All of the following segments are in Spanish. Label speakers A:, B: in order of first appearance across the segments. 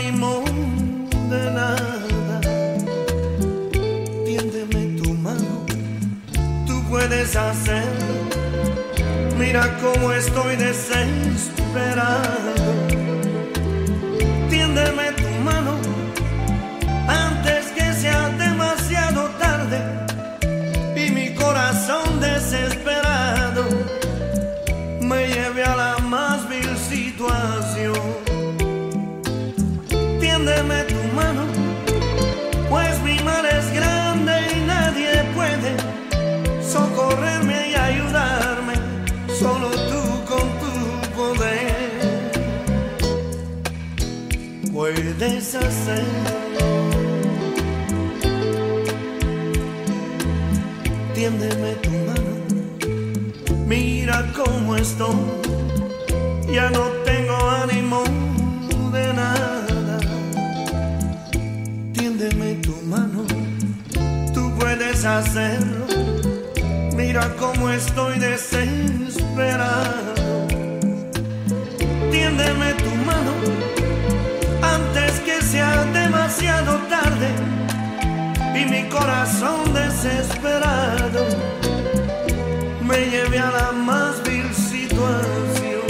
A: ánimo de nada. Tiéndeme tu mano, tú puedes hacerlo. Mira cómo estoy desesperado. Tiéndeme tu mano antes que sea demasiado tarde y mi corazón desesperado me lleve a la más vil situación. Tiéndeme tu mano, pues mi mal es grande y nadie puede socorrerme y ayudarme, solo tú con tu poder puedes hacerlo. Tiéndeme tu mano, mira cómo estoy, ya no tengo ánimo de nada. Tiéndeme tu mano, tú puedes hacerlo. Mira cómo estoy desesperado. Tiéndeme tu mano antes que sea demasiado tarde y mi corazón desesperado me lleve a la más vil situación.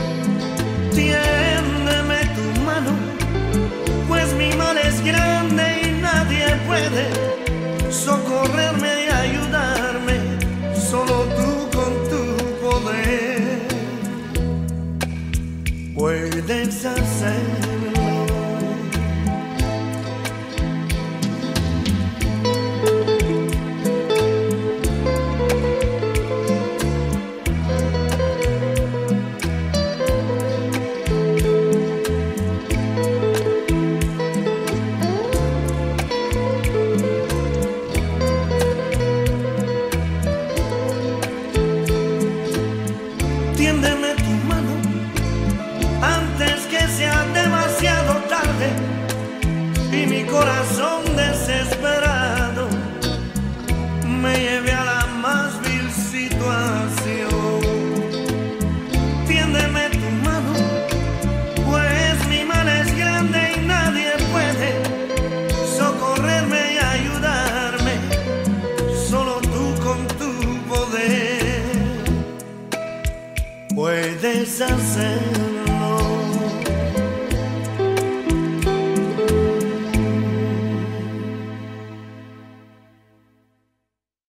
A: Tiéndeme tu mano, pues mi mal es grande y nadie puede socorrerme y ayudarme, solo tú con tu poder puedes hacerlo. Tiéndeme tu mano antes que sea demasiado tarde y mi corazón desesperado me lleve a la más vil situación. Tiéndeme tu mano, pues mi mal es grande y nadie puede socorrerme y ayudarme, solo tú con tu poder puedes hacer.